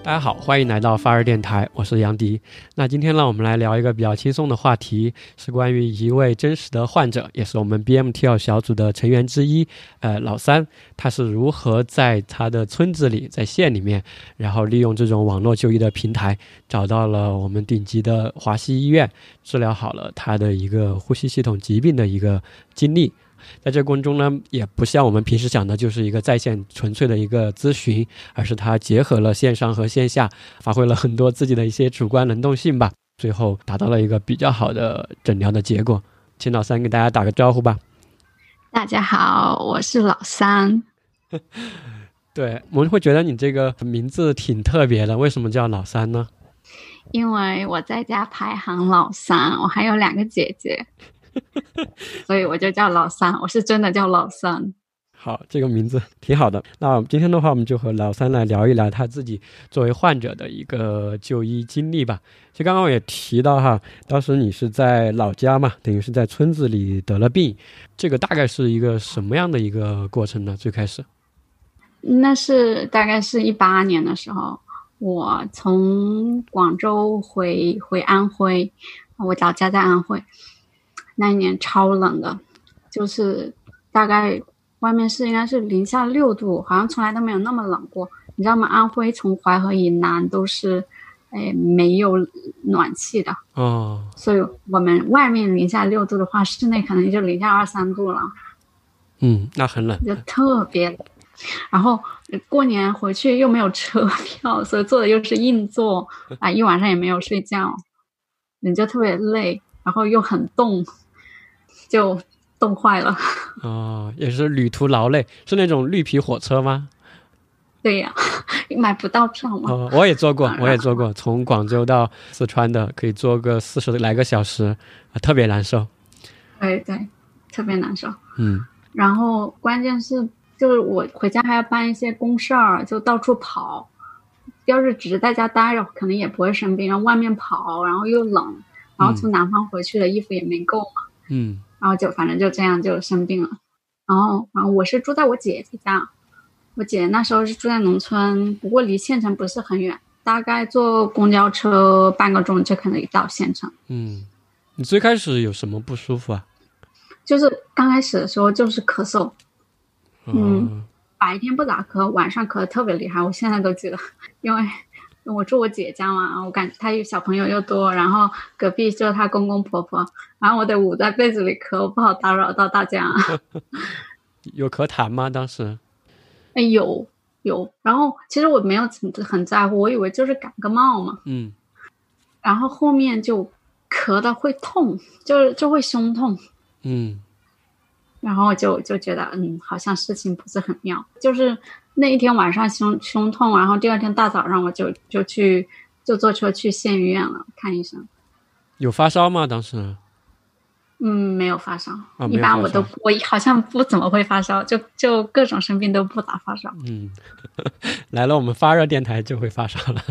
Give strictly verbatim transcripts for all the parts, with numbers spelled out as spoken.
大家好，欢迎来到发热电台，我是杨迪。那今天呢，我们来聊一个比较轻松的话题，是关于一位真实的患者，也是我们 B M T L 小组的成员之一，呃，老三，他是如何在他的村子里，在县里面，然后利用这种网络就医的平台，找到了我们顶级的华西医院，治疗好了他的一个呼吸系统疾病的一个经历。在这过程中呢，也不像我们平时讲的就是一个在线纯粹的一个咨询，而是它结合了线上和线下，发挥了很多自己的一些主观能动性吧，最后达到了一个比较好的诊疗的结果。请老三给大家打个招呼吧。 大家好，我是老三。 对，我们会觉得你这个名字挺特别的，为什么叫老三呢？ 因为我在家排行老三，我还有两个姐姐所以我就叫老三，我是真的叫老三。 好，这个名字挺好的。那今天的话，我们就和老三来聊一聊他自己作为患者的一个就医经历吧。其实刚刚我也提到哈，当时你是在老家嘛，等于是在村子里得了病，这个大概是一个什么样的一个过程呢？最开始那是大概是一八年的时候，我从广州回回安徽，我老家在安徽。那一年超冷的，就是大概外面是应该是零下六度，好像从来都没有那么冷过。你知道吗？安徽从淮河以南都是哎没有暖气的哦， 所以我们外面零下六度的话，室内可能就零下二三度了。 嗯，那很冷， 就特别冷。然后过年回去又没有车票，所以坐的又是硬座啊，一晚上也没有睡觉，人就特别累，然后又很冻，就冻坏了。 哦，也是旅途劳累，是那种绿皮火车吗？ 对呀、啊，买不到票嘛。 哦，我也坐过，我也坐过，从广州到四川的，可以坐个四十来个小时，啊，特别难受。 对对，特别难受。 嗯， 然后关键是，就是我回家还要办一些公事儿，就到处跑。要是只是在家待着，可能也不会生病。然后外面跑，然后又冷，然后从南方回去的衣服也没够嘛。 嗯， 然后就反正就这样就生病了。然后，然后我是住在我姐姐家，我姐那时候是住在农村，不过离县城不是很远，大概坐公交车半个钟就可能到县城。 嗯，你最开始有什么不舒服啊？ 就是刚开始的时候就是咳嗽，嗯， 哦， 白天不咋咳，晚上咳得特别厉害，我现在都记得，因为我住我姐家嘛，我感觉她有小朋友又多，然后隔壁就是她公公婆婆，然后我得捂在被子里咳，我不好打扰到大家。 有咳痰吗？当时？ 哎，有有，然后其实我没有很很在乎，我以为就是感个冒嘛， 嗯， 然后后面就咳的会痛，就就会胸痛， 嗯， 然后就就觉得嗯，好像事情不是很妙，就是那一天晚上胸胸痛，然后第二天大早上我就就去就坐车去县医院了看医生。 有发烧吗？当时？ 嗯，没有发烧， 啊、 一般我都没有发烧我好像不怎么会发烧，就就各种生病都不咋发烧。 嗯，来了我们发热电台就会发烧了。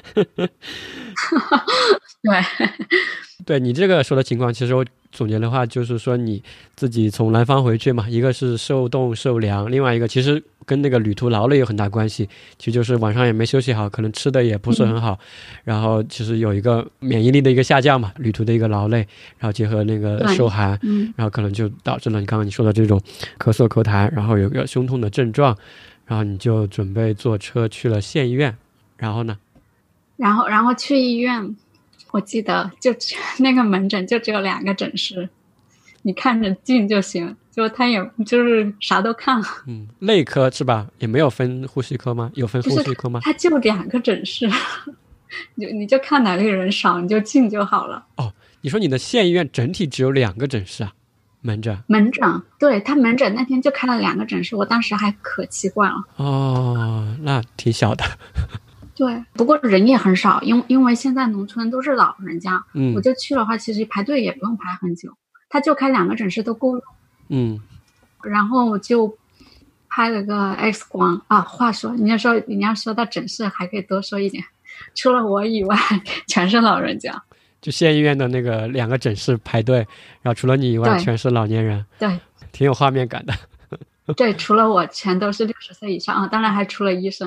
对， 对，你这个说的情况，其实我总结的话就是说你自己从南方回去嘛，一个是受冻受凉，另外一个其实跟那个旅途劳累有很大关系，其实就是晚上也没休息好，可能吃的也不是很好、嗯、然后其实有一个免疫力的一个下降嘛，旅途的一个劳累，然后结合那个受寒、嗯、然后可能就导致了你刚刚你说的这种咳嗽咳痰，然后有个胸痛的症状，然后你就准备坐车去了县医院，然后呢然后然后去医院，我记得就那个门诊就只有两个诊室，你看着进就行，就他也就是啥都看。 嗯，内科是吧？也没有分呼吸科吗？有分呼吸科吗？ 他就两个诊室，你就你就看哪里人少你就进就好了。 哦，你说你的县医院整体只有两个诊室啊？门诊？ 门诊，对，他门诊那天就开了两个诊室，我当时还可奇怪了。 哦，那挺小的。 对，不过人也很少，因为因为现在农村都是老人家，嗯，我就去的话，其实排队也不用排很久，他就开两个诊室都够了， 嗯， 然后就拍了个 X 光啊。话说，你要说你要说到诊室，还可以多说一点，除了我以外，全是老人家。 就县医院的那个两个诊室排队，然后除了你以外，全是老年人， 对， 挺有画面感的。 对，除了我，全都是六十岁以上啊，当然还除了医生。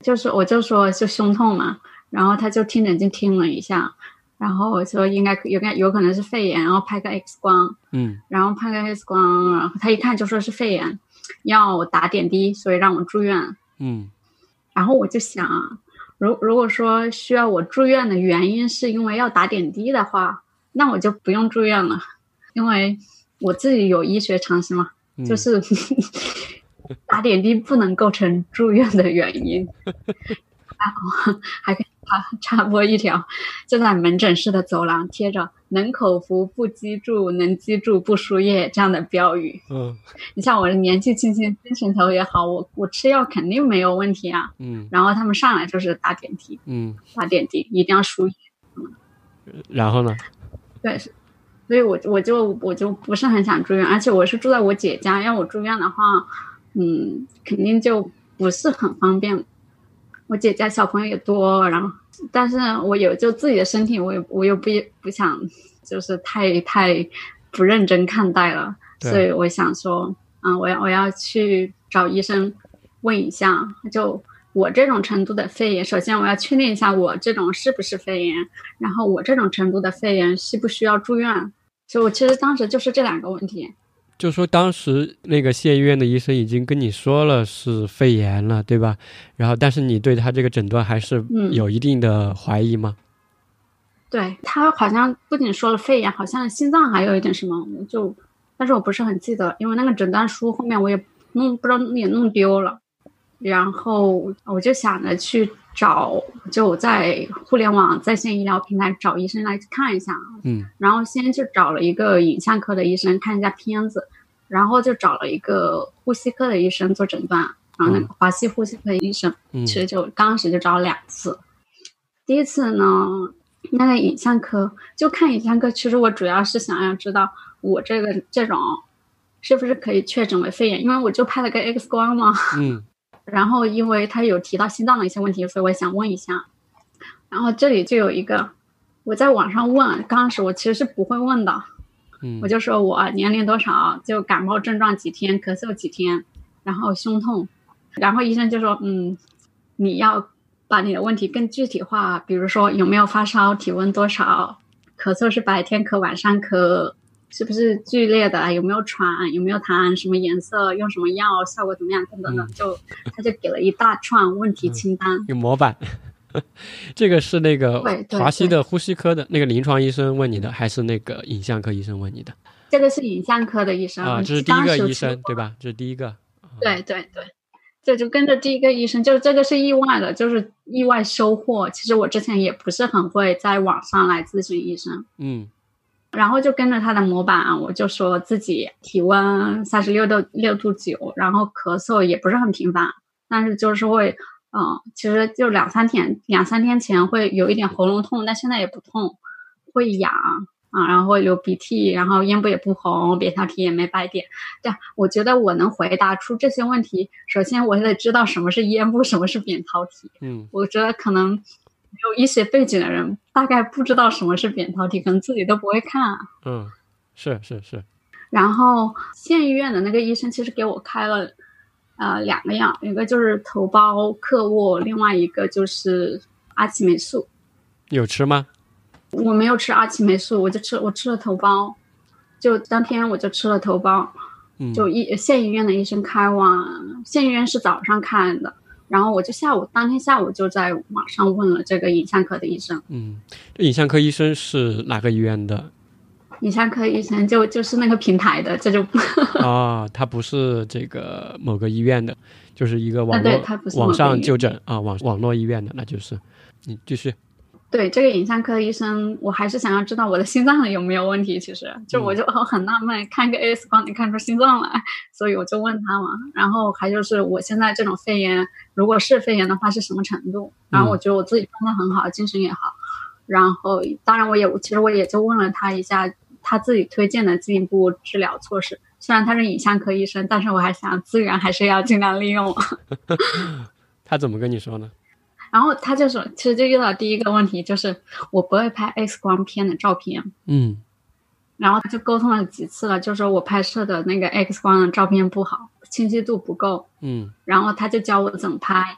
就是我就说就胸痛嘛，然后他就听诊器听了一下，然后我说应该有有可能是肺炎，然后拍个 X 光， 嗯， 然后拍个 X 光，然后他一看就说是肺炎，要打点滴，所以让我住院。 嗯， 然后我就想，如如果说需要我住院的原因是因为要打点滴的话，那我就不用住院了，因为我自己有医学常识嘛， 嗯、 就是打点滴不能构成住院的原因。然后还可以插播一条，就在门诊室的走廊贴着能口服不激注，能激注不输液这样的标语。 嗯， 你像我的年纪轻轻，精神头也好，我我吃药肯定没有问题啊。 嗯， 然后他们上来就是打点滴， 嗯， 打点滴一定要输液。 然后呢？ 对，所以我我就我就不是很想住院，而且我是住在我姐家，要我住院的话，嗯，肯定就不是很方便。我姐家小朋友也多，然后但是我有就自己的身体，我也我又不不想就是太太不认真看待了，所以我想说，嗯，我要我要去找医生问一下，就我这种程度的肺炎，首先我要确定一下我这种是不是肺炎，然后我这种程度的肺炎需不需要住院，所以我其实当时就是这两个问题。 就说当时那个县医院的医生已经跟你说了是肺炎了，对吧？然后但是你对他这个诊断还是有一定的怀疑吗？ 嗯、对，他好像不仅说了肺炎，好像心脏还有一点什么，就但是我不是很记得，因为那个诊断书后面我也弄不知道也弄丢了。然后我就想着去找，就在互联网在线医疗平台找医生来看一下。 嗯， 然后先去找了一个影像科的医生看一下片子，然后就找了一个呼吸科的医生做诊断，然后那个华西呼吸科医生，嗯、其实就刚开始就找了两次。第一次呢，那个影像科就看影像科，其实我主要是想要知道我这个这种是不是可以确诊为肺炎，因为我就拍了个 X 光嘛。 嗯。 然后因为他有提到心脏的一些问题，所以我想问一下。然后这里就有一个，我在网上问，刚开始我其实是不会问的，嗯，我就说我年龄多少，就感冒症状几天，咳嗽几天，然后胸痛，然后医生就说，嗯，你要把你的问题更具体化，比如说有没有发烧，体温多少，咳嗽是白天咳晚上咳，是不是剧烈的，有没有喘，有没有痰，什么颜色，用什么药，效果怎么样等等的，就他就给了一大串问题清单， 有模板。这个是那个华西的呼吸科的那个临床医生问你的，还是那个影像科医生问你的？ 这个是影像科的医生啊，这是第一个医生对吧？这是第一个。 对对对，这就跟着第一个医生，就是这个是意外的，就是意外收获。其实我之前也不是很会在网上来咨询医生，嗯。然后就跟着他的模板，我就说自己体温三十六度六度九，然后咳嗽也不是很频繁，但是就是会，嗯，其实就两三天两三天前会有一点喉咙痛，但现在也不痛，会痒啊，然后会流鼻涕，然后咽部也不红，扁桃体也没白点。对，我觉得我能回答出这些问题，首先我得知道什么是咽部，什么是扁桃体。嗯，我觉得可能有医学背景的人大概不知道什么是扁桃体，可能自己都不会看。 嗯，是是是。 然后县医院的那个医生其实给我开了呃两个药，一个就是头孢克沃，另外一个就是阿奇霉素。 有吃吗？ 我没有吃阿奇霉素，我就吃我吃了头孢，就当天我就吃了头孢。嗯，就医县医院的医生开完，县医院是早上看的。然后我就下午当天下午就在网上问了这个影像科的医生。 嗯，这影像科医生是哪个医院的？ 影像科医生就就是那个平台的，这就哦，他不是这个某个医院的，就是一个网络、 啊、对他不是网上就诊啊，网网络医院的，那就是你继续。 对，这个影像科医生，我还是想要知道我的心脏有没有问题。其实就我就很纳闷，看个 X 光能看出心脏来，所以我就问他嘛。然后还就是我现在这种肺炎，如果是肺炎的话是什么程度？然后我觉得我自己状态很好，精神也好。然后当然我也其实我也就问了他一下他自己推荐的进一步治疗措施。虽然他是影像科医生，但是我还想资源还是要尽量利用。 他怎么跟你说呢？ 然后他就说，其实就遇到第一个问题，就是我不会拍 X 光片的照片。嗯，然后他就沟通了几次了，就说我拍摄的那个 X 光的照片不好，清晰度不够。嗯，然后他就教我怎么拍。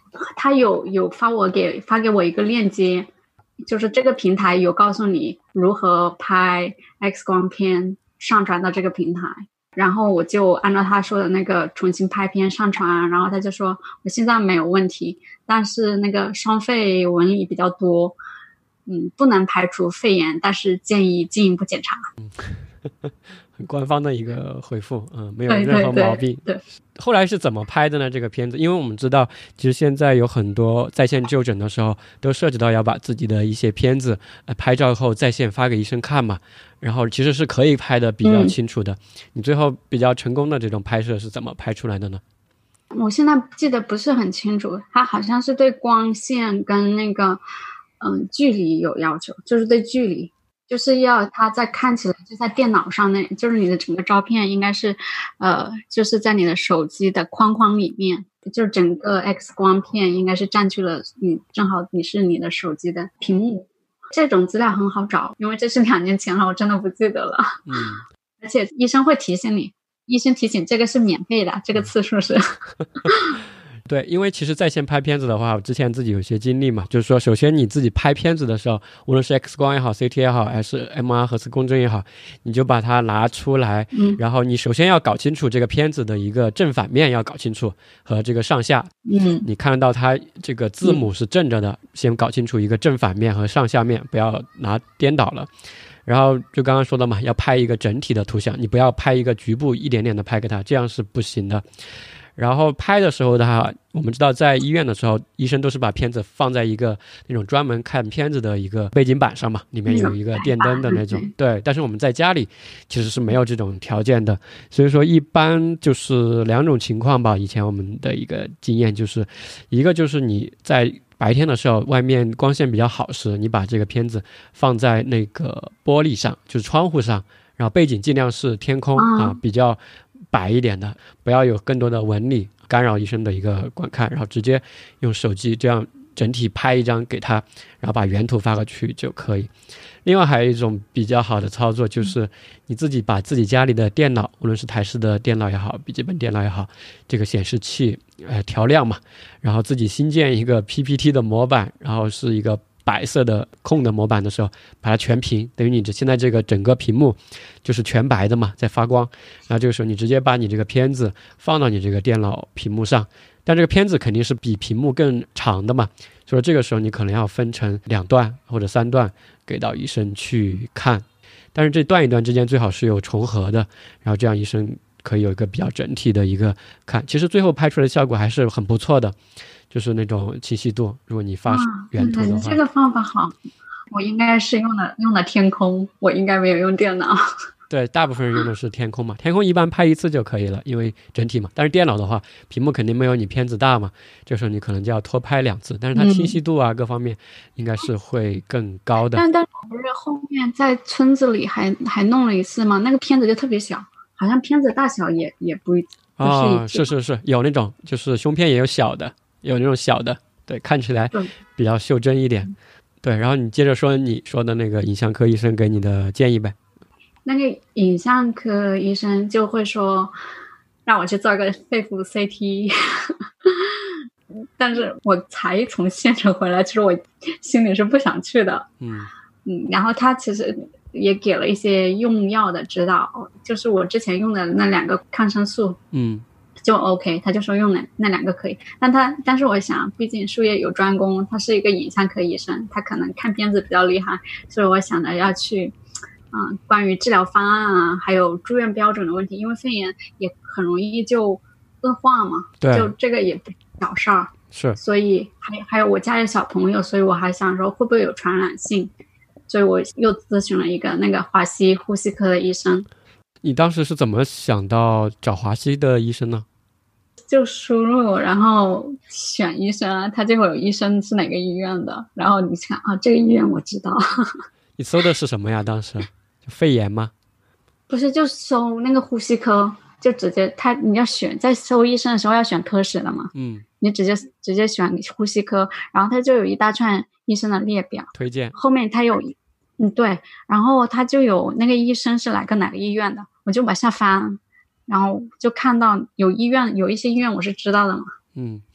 他有有发我给发给我一个链接，就是这个平台有告诉你如何拍 X 光片上传到这个平台，然后我就按照他说的那个重新拍片上传，然后他就说我心脏没有问题，但是那个双肺纹理比较多，嗯，不能排除肺炎，但是建议进一步检查。 嗯，很官方的一个回复，嗯，没有任何毛病。 对对对对。 后来是怎么拍的呢？这个片子，因为我们知道，其实现在有很多在线就诊的时候，都涉及到要把自己的一些片子、呃、拍照后在线发给医生看嘛，然后其实是可以拍的比较清楚的。嗯、你最后比较成功的这种拍摄是怎么拍出来的呢？ 我现在记得不是很清楚，它好像是对光线跟那个嗯距离有要求，就是对距离。就是要它在看起来就在电脑上那，就是你的整个照片应该是，呃，就是在你的手机的框框里面，就是整个 X 光片应该是占据了你正好你是你的手机的屏幕。这种资料很好找，因为这是两年前了，我真的不记得了。 嗯， 而且医生会提醒你，医生提醒这个是免费的，这个次数是。 对，因为其实在线拍片子的话，我之前自己有些经历嘛，就是说首先你自己拍片子的时候，无论是 X 光也好 C T 也好，还是 M R 核磁共振也好，你就把它拿出来、嗯、然后你首先要搞清楚这个片子的一个正反面要搞清楚和这个上下，嗯，你看到它这个字母是正着的、嗯、先搞清楚一个正反面和上下面，不要拿颠倒了。然后就刚刚说的嘛，要拍一个整体的图像，你不要拍一个局部一点点的拍给它，这样是不行的。然后拍的时候的话，我们知道在医院的时候，医生都是把片子放在一个那种专门看片子的一个背景板上嘛，里面有一个电灯的那种，对。但是我们在家里其实是没有这种条件的，所以说一般就是两种情况吧。以前我们的一个经验就是，一个就是你在白天的时候外面光线比较好时，你把这个片子放在那个玻璃上，就是窗户上，然后背景尽量是天空啊，比较白一点的，不要有更多的纹理干扰医生的一个观看，然后直接用手机这样整体拍一张给他，然后把原图发过去就可以。另外还有一种比较好的操作，就是你自己把自己家里的电脑，无论是台式的电脑也好，笔记本电脑也好，这个显示器呃调亮嘛，然后自己新建一个 P P T 的模板，然后是一个白色的空的模板的时候，把它全屏，等于你现在这个整个屏幕就是全白的嘛，在发光。然后这个时候你直接把你这个片子放到你这个电脑屏幕上，但这个片子肯定是比屏幕更长的嘛，所以这个时候你可能要分成两段或者三段给到医生去看，但是这段一段之间最好是有重合的，然后这样医生可以有一个比较整体的一个看。其实最后拍出来的效果还是很不错的，就是那种清晰度，如果你发原图的话、 嗯、这个方法好，我应该是用的用的天空，我应该没有用电脑。 对，大部分人用的是天空嘛，天空一般拍一次就可以了，因为整体嘛。但是电脑的话，屏幕肯定没有你片子大嘛，这时候你可能就要多拍两次，但是它清晰度啊、嗯、各方面应该是会更高的。 但但是不是后面在村子里还还弄了一次吗？那个片子就特别小，好像片子大小也也不不是一、 哦、是是是，有那种就是胸片也有小的，有那种小的，对，看起来比较袖珍一点、嗯、对。然后你接着说你说的那个影像科医生给你的建议呗。 那个影像科医生就会说让我去做个肺部 C T 但是我才从县城回来，其实我心里是不想去的。嗯嗯，然后他其实也给了一些用药的指导，就是我之前用的那两个抗生素，嗯，就 OK， 他就说用那那两个可以。但他但是我想，毕竟术业有专攻，他是一个影像科医生，他可能看片子比较厉害，所以我想着要去。嗯，关于治疗方案啊，还有住院标准的问题，因为肺炎也很容易就恶化嘛，对，就这个也不小事儿， 是， 所以还还有我家里小朋友，所以我还想说会不会有传染性，所以我又咨询了一个那个华西呼吸科的医生。 你当时是怎么想到找华西的医生呢？ 就输入然后选医生啊，他就会有医生是哪个医院的，然后你看啊，这个医院我知道。 你搜的是什么呀？当时就肺炎吗？ 不是，就搜那个呼吸科，就直接他你要选，在搜医生的时候要选科室的嘛。嗯，你直接直接选呼吸科，然后他就有一大串医生的列表推荐， 后面他有嗯对，然后他就有那个医生是哪个哪个医院的，我就往下翻，然后就看到有医院有一些医院我是知道的嘛。嗯，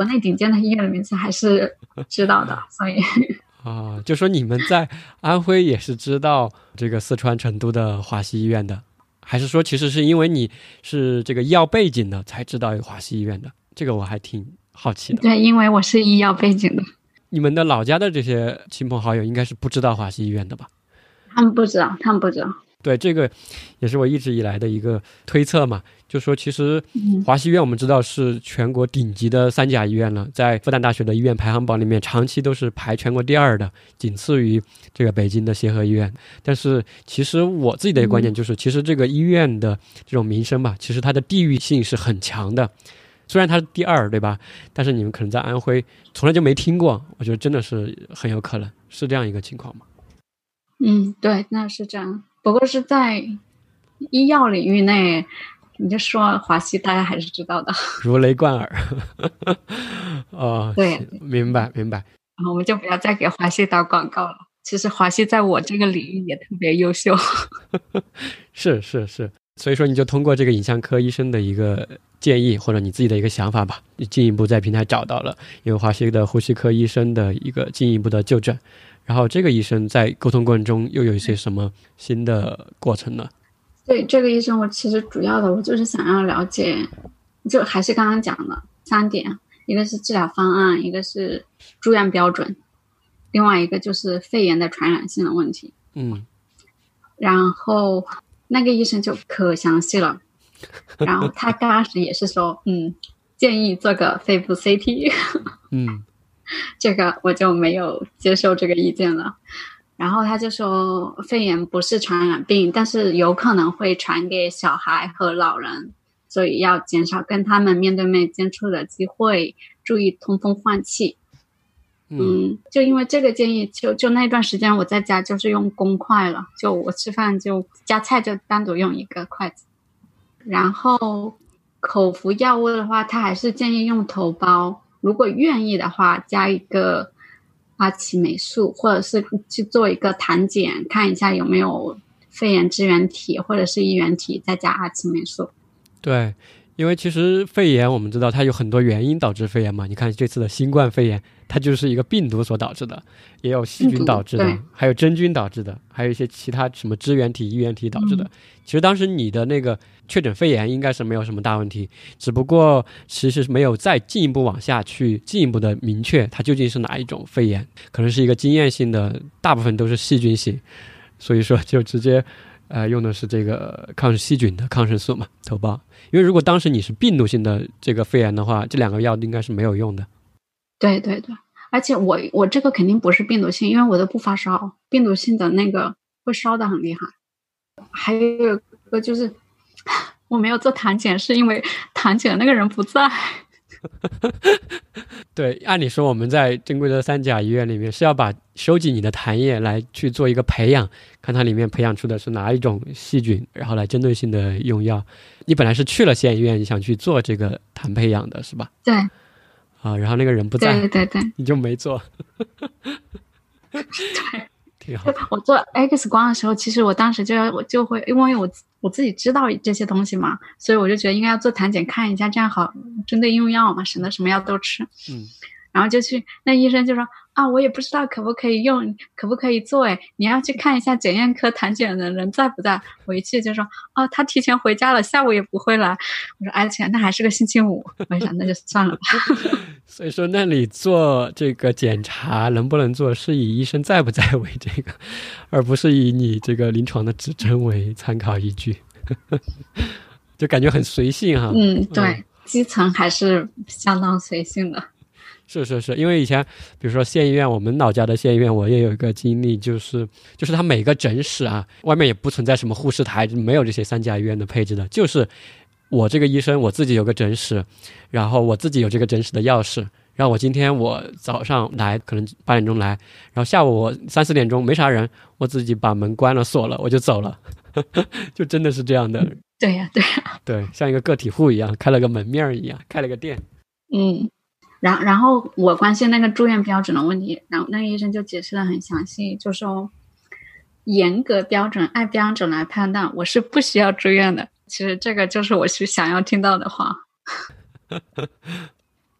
国内顶尖的医院的名字还是知道的，所以啊，就说你们在安徽也是知道这个四川成都的华西医院的，还是说其实是因为你是这个医药背景的才知道有华西医院的？这个我还挺好奇的。 对，因为我是医药背景的。 你们的老家的这些亲朋好友应该是不知道华西医院的吧？ 他们不知道，他们不知道。 对，这个也是我一直以来的一个推测嘛，就说其实华西医院我们知道是全国顶级的三甲医院了，在复旦大学的医院排行榜里面长期都是排全国第二的，仅次于这个北京的协和医院。但是其实我自己的一个观点就是，其实这个医院的这种名声吧，其实它的地域性是很强的。虽然它是第二，对吧？但是你们可能在安徽从来就没听过，我觉得真的是很有可能是这样一个情况吗？ 嗯，对，那是这样。不过是在医药领域内，你就说华西，大家还是知道的， 如雷贯耳。哦， 对， 明白明白。 然后我们就不要再给华西打广告了。其实华西在我这个领域也特别优秀。 是是是，所以说你就通过这个影像科医生的一个建议，或者你自己的一个想法吧，你进一步在平台找到了因为华西的呼吸科医生的一个进一步的就诊。然后这个医生在沟通过程中又有一些什么新的过程呢？ 对，这个医生我其实主要的我就是想要了解，就还是刚刚讲的三点，一个是治疗方案，一个是住院标准，另外一个就是肺炎的传染性的问题。 嗯， 然后那个医生就可详细了，然后他刚开始也是说嗯，建议做个肺部 C T。 嗯， 这个我就没有接受这个意见了。然后他就说肺炎不是传染病，但是有可能会传给小孩和老人，所以要减少跟他们面对面接触的机会，注意通风换气。嗯, 嗯，就因为这个建议，就就那段时间我在家就是用公筷了，就我吃饭就夹菜就单独用一个筷子。然后口服药物的话，他还是建议用头孢，如果愿意的话加一个阿奇霉素，或者是去做一个痰检，看一下有没有肺炎支原体或者是衣原体，再加阿奇霉素。 对，因为其实肺炎我们知道它有很多原因导致肺炎嘛，你看这次的新冠肺炎它就是一个病毒所导致的，也有细菌导致的，还有真菌导致的，还有一些其他什么支原体衣原体导致的、嗯、其实当时你的那个确诊肺炎应该是没有什么大问题，只不过其实没有再进一步往下去进一步的明确它究竟是哪一种肺炎，可能是一个经验性的，大部分都是细菌性，所以说就直接呃，用的是这个抗细菌的抗生素嘛，头孢。因为如果当时你是病毒性的这个肺炎的话，这两个药应该是没有用的。对对对，而且我我这个肯定不是病毒性，因为我都不发烧，病毒性的那个会烧得很厉害。还有一个就是我没有做痰检，是因为痰检那个人不在。对，按理说我们在正规的三甲医院里面是要把收集你的痰液来去做一个培养，看它里面培养出的是哪一种细菌，然后来针对性的用药。你本来是去了县医院，你想去做这个痰培养的是吧？对。啊，然后那个人不在，对对对，你就没做。对，挺好。我做 X 光的时候，其实我当时就要我就会，因为我我自己知道这些东西嘛，所以我就觉得应该要做痰检看一下，这样好针对用药嘛，省得什么药都吃。嗯，然后就去那医生就说啊，我也不知道可不可以用，可不可以做？哎，你要去看一下检验科痰检的人在不在？我一去就说哦，他提前回家了，下午也不会来。我说而且那还是个星期五，我想那就算了吧。所以说那里做这个检查能不能做，是以医生在不在为这个，而不是以你这个临床的指征为参考依据。就感觉很随性哈。嗯，对、嗯，基层还是相当随性的。是是是，因为以前比如说县医院，我们老家的县医院，我也有一个经历，就是就是他每个诊室啊，外面也不存在什么护士台，没有这些三甲医院的配置的，就是我这个医生我自己有个诊室，然后我自己有这个诊室的钥匙，然后我今天我早上来可能八点钟来，然后下午我三四点钟没啥人，我自己把门关了锁了我就走了。就真的是这样的。对呀、啊、对呀、啊，对，像一个个体户一样，开了个门面一样，开了个店。嗯，然然后我关心那个住院标准的问题，然后那个医生就解释得很详细，就说严格标准按标准来判断，我是不需要住院的。其实这个就是我是想要听到的话。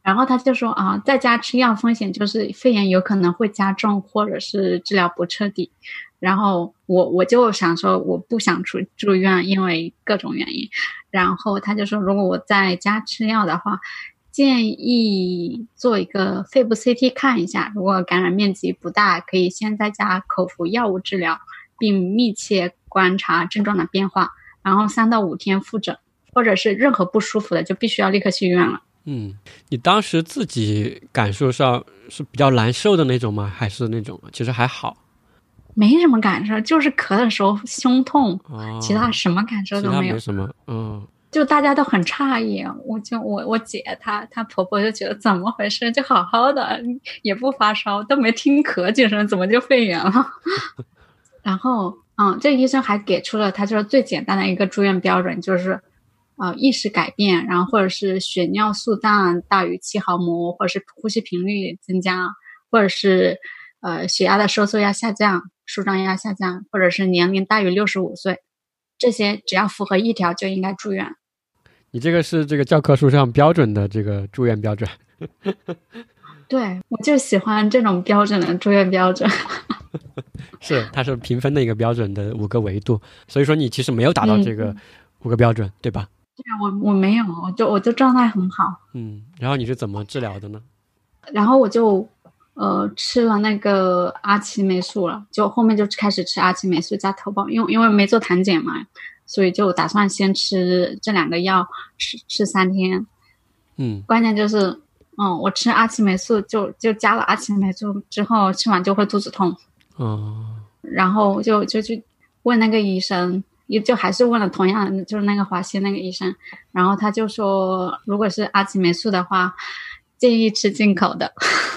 然后他就说啊，在家吃药风险就是肺炎有可能会加重，或者是治疗不彻底。然后我我就想说我不想出住院，因为各种原因。然后他就说，如果我在家吃药的话，建议做一个肺部 C T 看一下，如果感染面积不大，可以先在家口服药物治疗，并密切观察症状的变化，然后三到五天复诊，或者是任何不舒服的就必须要立刻去医院了。 嗯，你当时自己感受上是比较难受的那种吗？还是那种其实还好？ 没什么感受，就是咳的时候胸痛， 哦， 其他什么感受都没有。 其他没什么，嗯。 就大家都很诧异，我就我我姐她她婆婆就觉得怎么回事，就好好的也不发烧，都没听咳几声，怎么就肺炎了？然后嗯，这医生还给出了他就是最简单的一个住院标准，就是呃意识改变，然后或者是血尿素氮大于七毫摩，或者是呼吸频率增加，或者是呃血压的收缩压下降，舒张压下降，或者是年龄大于六十五岁，这些只要符合一条就应该住院。 你这个是这个教科书上标准的这个住院标准。 对，我就喜欢这种标准的住院标准。 是，它是评分的一个标准的五个维度，所以说你其实没有达到这个五个标准，嗯、对吧？ 对，我我没有，我就我就状态很好。 嗯，然后你是怎么治疗的呢？ 然后我就呃吃了那个阿奇霉素了，就后面就开始吃阿奇霉素加头孢，因为因为没做痰检嘛。所以就打算先吃这两个药，吃吃三天。 嗯， 关键就是，嗯，我吃阿奇霉素就就加了阿奇霉素之后，吃完就会肚子痛。 哦。 然后就就去问那个医生，也就还是问了同样的，就是那个华西那个医生，然后他就说，如果是阿奇霉素的话，建议吃进口的。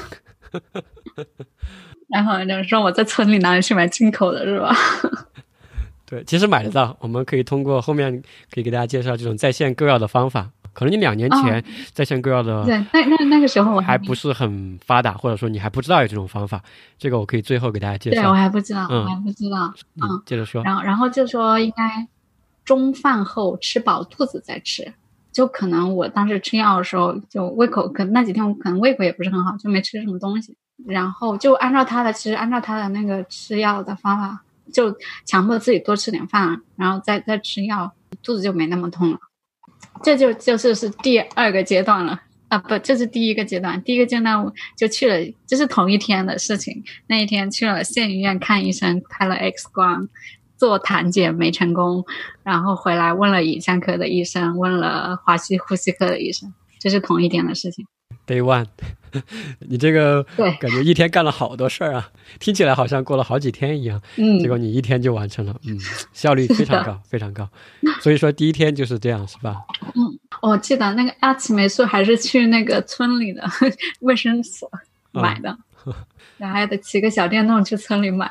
然后就说我在村里哪里去买进口的，是吧？ 对，其实买得到，我们可以通过后面可以给大家介绍这种在线购药的方法。可能你两年前、哦、在线购药的， 对，那那那个时候我还不是很发达，或者说你还不知道有这种方法。这个我可以最后给大家介绍。 对，我还不知道， 嗯、 我还不知道。嗯， 接着说。 然后然后就说应该中饭后吃饱肚子再吃。就可能我当时吃药的时候，就胃口可能那几天我可能胃口也不是很好，就没吃什么东西。然后就按照他的，其实按照他的那个吃药的方法。就强迫自己多吃点饭，然后再再吃药，肚子就没那么痛了。这就就是是第二个阶段了啊，不，这是第一个阶段。第一个阶段我就去了，这是同一天的事情。那一天去了县医院看医生，拍了 X 光，做痰检没成功，然后回来问了影像科的医生，问了华西呼吸科的医生，这是同一天的事情。 Day one， 你这个对感觉一天干了好多事儿啊，听起来好像过了好几天一样， 嗯， 结果你一天就完成了，嗯，效率非常高，非常高。所以说第一天就是这样，是吧？ 嗯，我记得那个阿奇霉素还是去那个村里的卫生所买的，嗯、然后还得骑个小电动去村里买，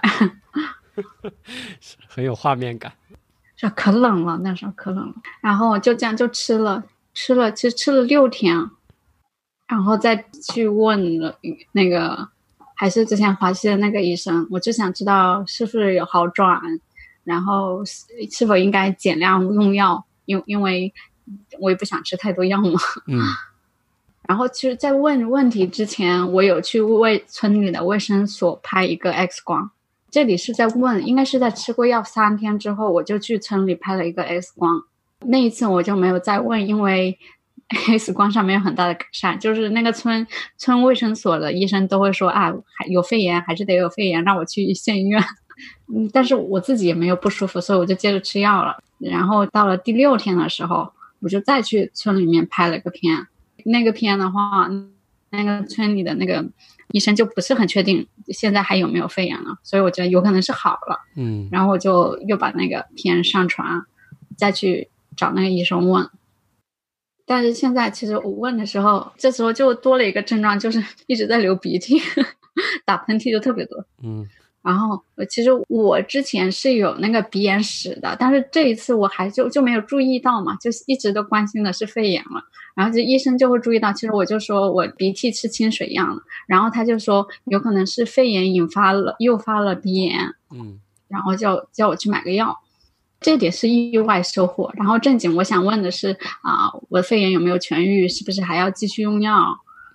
很有画面感。 是可冷了，那时候可冷了，然后就这样就吃了，吃了，其实吃了六天。然后再去问了那个还是之前华西的那个医生，我就想知道是不是有好转，然后是否应该减量用药，因因为我也不想吃太多药嘛。 嗯。 然后其实在问问题之前，我有去为村里的卫生所拍一个 X 光。这里是在问，应该是在吃过药三天之后，我就去村里拍了一个 X 光。那一次我就没有再问，因为X 光上没有很大的改善，就是那个村村卫生所的医生都会说啊，还有肺炎还是得有肺炎，让我去县医院。嗯，但是我自己也没有不舒服，所以我就接着吃药了。然后到了第六天的时候，我就再去村里面拍了个片。那个片的话，那个村里的那个医生就不是很确定现在还有没有肺炎了，所以我觉得有可能是好了。 嗯， 然后我就又把那个片上传，再去找那个医生问。但是现在其实我问的时候，这时候就多了一个症状，就是一直在流鼻涕，打喷嚏就特别多。 嗯， 然后其实我之前是有那个鼻炎史的，但是这一次我还就就没有注意到嘛，就一直都关心的是肺炎了。然后就医生就会注意到，其实我就说我鼻涕吃清水一样了，然后他就说有可能是肺炎引发了诱发了鼻炎。 嗯， 然后叫叫我去买个药。这点是意外收获。然后正经我想问的是啊、呃，我的肺炎有没有痊愈，是不是还要继续用药？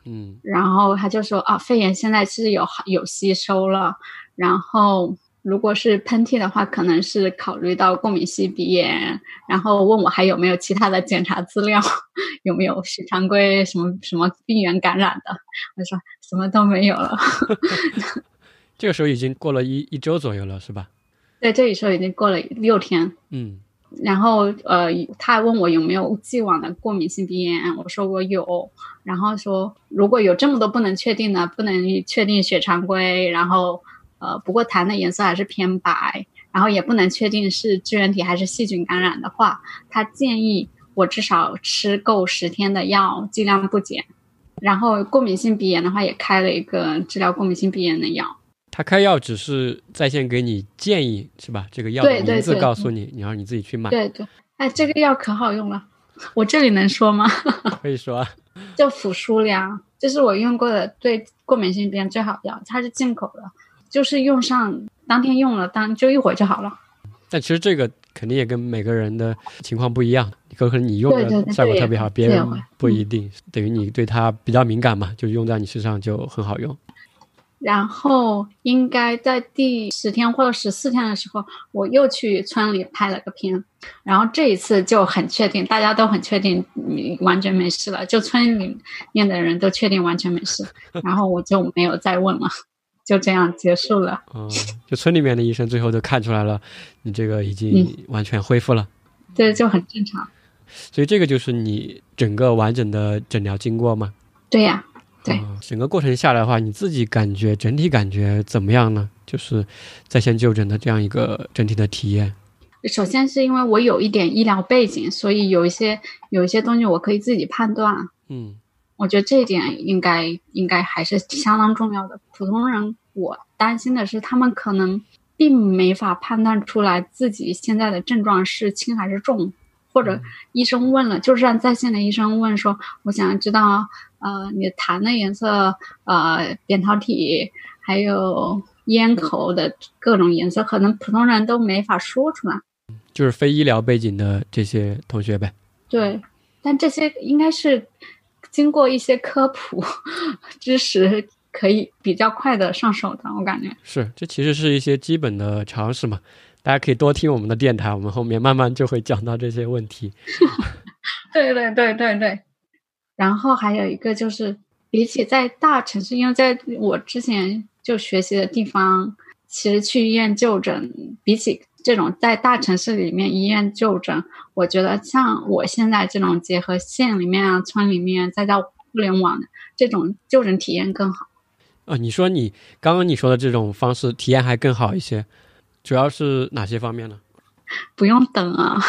嗯， 然后他就说啊，肺炎现在是有有吸收了，然后如果是喷嚏的话，可能是考虑到过敏性鼻炎，然后问我还有没有其他的检查资料，有没有血常规什么什么病原感染的，我说什么都没有了。 这个时候已经过了一一周左右了，是吧？ 对，这里时候已经过了六天。 嗯， 然后呃，他还问我有没有既往的过敏性鼻炎，我说我有，然后说如果有这么多不能确定的，不能确定血常规，然后呃，不过痰的颜色还是偏白，然后也不能确定是支原体还是细菌感染的话，他建议我至少吃够十天的药，尽量不减。然后过敏性鼻炎的话，也开了一个治疗过敏性鼻炎的药。 他开药只是在线给你建议是吧？这个药的名字告诉你，然后你自己去买。 对对，哎，这个药可好用了，我这里能说吗？ 可以说啊。 就辅舒良，这是我用过的对过敏性鼻炎最好的药，它是进口的，就是用上当天用了，当就一会儿就好了。 但其实这个肯定也跟每个人的情况不一样，有可能你用的效果特别好，别人不一定，等于你对它比较敏感嘛，就用在你身上就很好用。 然后应该在第十天或者十四天的时候，我又去村里拍了个片，然后这一次就很确定，大家都很确定你完全没事了，就村里面的人都确定完全没事，然后我就没有再问了，就这样结束了。 嗯，就村里面的医生最后都看出来了，你这个已经完全恢复了。 嗯、对，就很正常。 所以这个就是你整个完整的诊疗经过吗？ 对呀。对、 嗯，整个过程下来的话，你自己感觉整体感觉怎么样呢？就是在线就诊的这样一个整体的体验。 首先是因为我有一点医疗背景，所以有一些有一些东西我可以自己判断。 嗯， 我觉得这一点应该应该还是相当重要的。普通人我担心的是，他们可能并没法判断出来自己现在的症状是轻还是重。或者医生问了，就是让在线的医生问说，我想要知道呃你的痰的颜色，呃扁桃体还有咽喉的各种颜色，可能普通人都没法说出来， 就是非医疗背景的这些同学呗。 对，但这些应该是经过一些科普知识可以比较快的上手的，我感觉是，这其实是一些基本的常识嘛，大家可以多听我们的电台，我们后面慢慢就会讲到这些问题。 对对对对对。然后还有一个就是，比起在大城市，因为在我之前就学习的地方，其实去医院就诊，比起这种在大城市里面医院就诊，我觉得像我现在这种结合县里面啊、村里面，再到互联网的这种就诊体验更好。 啊，你说你刚刚你说的这种方式体验还更好一些，主要是哪些方面呢？ 不用等啊。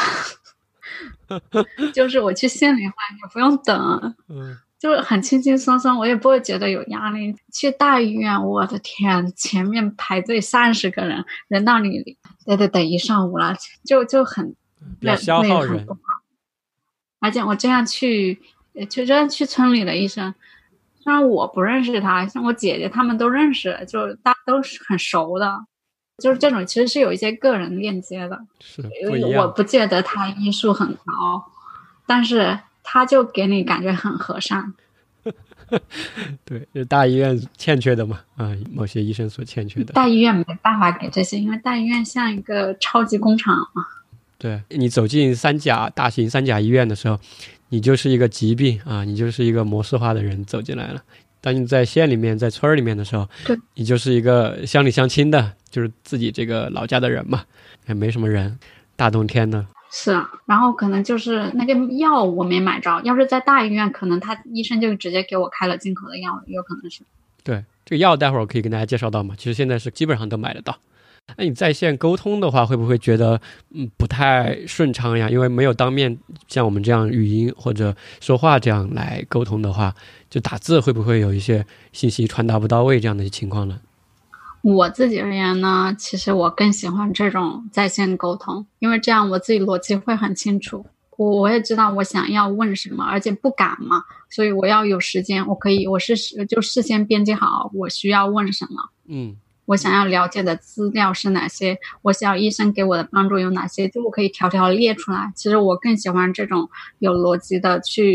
就是我去县里的话也不用等、啊、嗯，就是很轻轻松松，我也不会觉得有压力。去大医院，我的天，前面排队三十个人，人到你得得等一上午了，就就很比较消耗人。 而且我这样去就这样去村里的医生，虽然我不认识他，像我姐姐他们都认识，就大家都是很熟的，就是这种其实是有一些个人链接的， 是不一样。 我不觉得他医术很高，但是他就给你感觉很和善。 对，是大医院欠缺的嘛，啊，某些医生所欠缺的。 大医院没办法给这些，因为大医院像一个超级工厂嘛。 对，你走进三甲大型三甲医院的时候，你就是一个疾病啊，你就是一个模式化的人走进来了。当你在县里面在村里面的时候， 对， 你就是一个乡里乡亲的，就是自己这个老家的人嘛，也没什么人，大冬天的。 是啊，然后可能就是那个药我没买着，要是在大医院可能他医生就直接给我开了进口的药，有可能是。 对，这个药待会儿我可以跟大家介绍到嘛，其实现在是基本上都买得到。那你在线沟通的话，会不会觉得嗯不太顺畅呀？因为没有当面像我们这样语音或者说话这样来沟通的话，就打字会不会有一些信息传达不到位这样的情况呢？ 我自己而言呢，其实我更喜欢这种在线沟通，因为这样我自己逻辑会很清楚，我我也知道我想要问什么，而且不赶嘛，所以我要有时间，我可以我是就事先编辑好我需要问什么， 嗯。 我想要了解的资料是哪些，我想要医生给我的帮助有哪些，就我可以条条列出来。其实我更喜欢这种有逻辑的去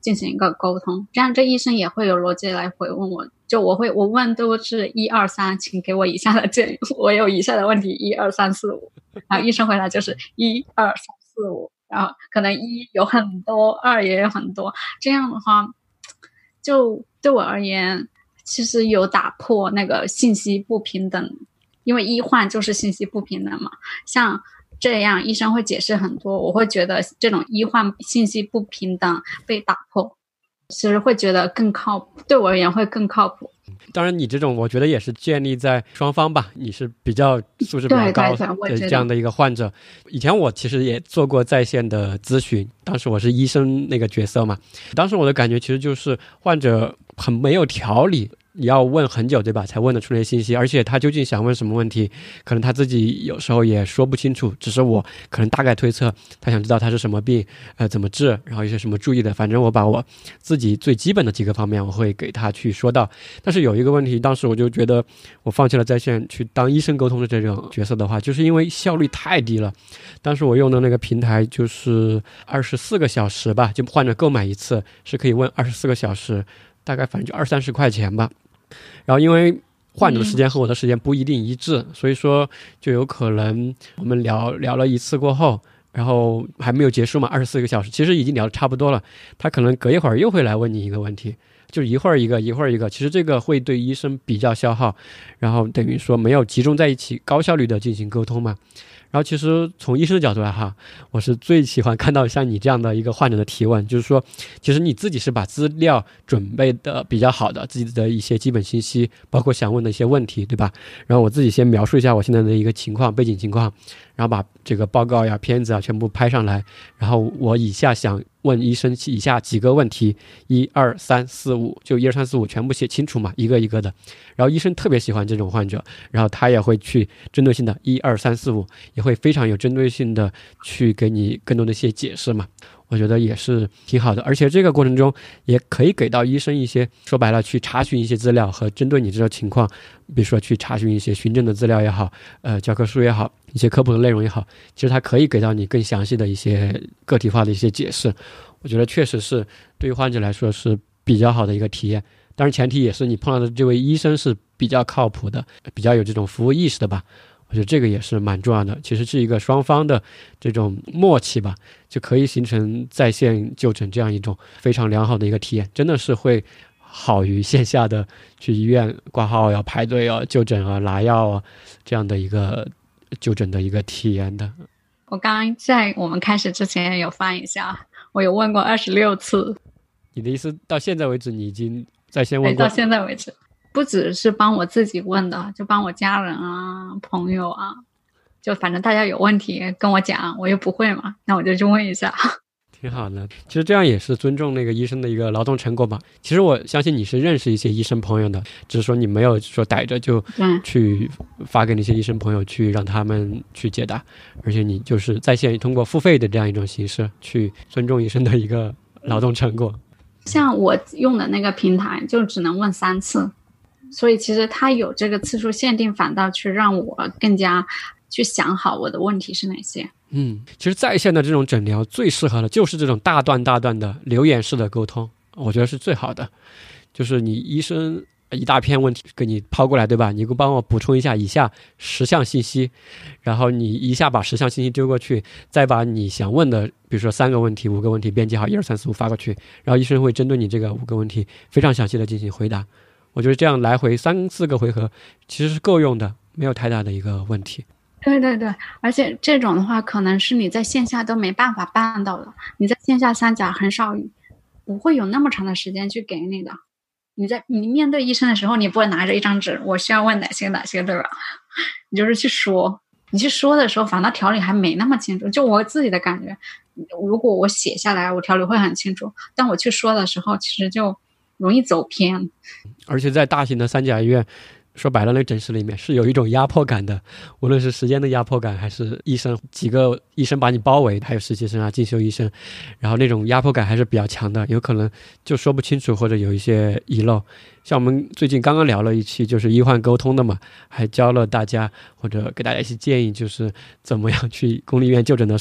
进行一个沟通，这样这医生也会有逻辑来回问我，就我会我问都是一二三，请给我以下的建议，我有以下的问题一二三四五，然后医生回答就是一二三四五，然后可能一有很多，二也有很多，这样的话就对我而言其实有打破那个信息不平等，因为医患就是信息不平等嘛，像这样医生会解释很多，我会觉得这种医患信息不平等被打破，其实会觉得更靠谱，对我而言会更靠谱。 当然你这种我觉得也是建立在双方吧，你是比较素质比较高的这样的一个患者。以前我其实也做过在线的咨询，当时我是医生那个角色嘛，当时我的感觉其实就是患者很没有条理，你要问很久对吧才问得出那些信息，而且他究竟想问什么问题可能他自己有时候也说不清楚，只是我可能大概推测他想知道他是什么病，呃，怎么治，然后一些什么注意的，反正我把我自己最基本的几个方面我会给他去说到。但是有一个问题，当时我就觉得我放弃了在线去当医生沟通的这种角色的话，就是因为效率太低了。当时我用的那个平台就是二十四个小时吧，就患者购买一次是可以问二十四个小时，大概反正就二三十块钱吧。然后因为患者的时间和我的时间不一定一致、嗯、所以说就有可能我们聊聊了一次过后，然后还没有结束嘛，二十四个小时其实已经聊得差不多了，他可能隔一会儿又会来问你一个问题，就一会儿一个一会儿一个，其实这个会对医生比较消耗，然后等于说没有集中在一起高效率的进行沟通嘛。然后其实从医生的角度来哈，我是最喜欢看到像你这样的一个患者的提问，就是说其实你自己是把资料准备的比较好的，自己的一些基本信息包括想问的一些问题对吧，然后我自己先描述一下我现在的一个情况背景情况，然后把这个报告呀片子啊全部拍上来，然后我以下想问医生以下几个问题，一二三四五，就一二三四五全部写清楚嘛，一个一个的。然后医生特别喜欢这种患者，然后他也会去针对性的一二三四五，也会非常有针对性的去给你更多的一些解释嘛。我觉得也是挺好的，而且这个过程中也可以给到医生一些说白了去查询一些资料和针对你这个情况，比如说去查询一些循证的资料也好，呃，教科书也好，一些科普的内容也好，其实它可以给到你更详细的一些个体化的一些解释。我觉得确实是对于患者来说是比较好的一个体验，当然前提也是你碰到的这位医生是比较靠谱的，比较有这种服务意识的吧，我觉得这个也是蛮重要的，其实是一个双方的这种默契吧，就可以形成在线就诊这样一种非常良好的一个体验，真的是会好于线下的去医院挂号要排队啊就诊啊拿药啊这样的一个就诊的一个体验的。 我刚刚在我们开始之前有翻一下，我有问过二十六次。 你的意思到现在为止你已经在线问过？ 到现在为止不只是帮我自己问的，就帮我家人啊朋友啊，就反正大家有问题跟我讲，我又不会嘛，那我就去问一下。 挺好的，其实这样也是尊重那个医生的一个劳动成果嘛。其实我相信你是认识一些医生朋友的，只是说你没有说逮着就去发给那些医生朋友去让他们去解答，而且你就是在线通过付费的这样一种形式去尊重医生的一个劳动成果。 像我用的那个平台就只能问三次，所以其实它有这个次数限定，反倒去让我更加去想好我的问题是哪些。 嗯，其实在线的这种诊疗最适合的就是这种大段大段的留言式的沟通，我觉得是最好的。就是你医生一大篇问题给你抛过来对吧，你帮我补充一下以下十项信息，然后你一下把十项信息丢过去，再把你想问的比如说三个问题五个问题编辑好一二三四五发过去，然后医生会针对你这个五个问题非常详细的进行回答。我觉得这样来回三四个回合其实是够用的，没有太大的一个问题。 对对对，而且这种的话可能是你在线下都没办法办到的，你在线下三甲很少不会有那么长的时间去给你的，你在你面对医生的时候你不会拿着一张纸我需要问哪些哪些对吧，你就是去说，你去说的时候反倒条理还没那么清楚，就我自己的感觉，如果我写下来我条理会很清楚，但我去说的时候其实就容易走偏。 而且在大型的三甲医院说白了那个诊室里面是有一种压迫感的，无论是时间的压迫感还是医生几个医生把你包围，还有实习生啊进修医生，然后那种压迫感还是比较强的，有可能就说不清楚或者有一些遗漏。像我们最近刚刚聊了一期就是医患沟通的嘛，还教了大家或者给大家一些建议，就是怎么样去公立医院就诊的时候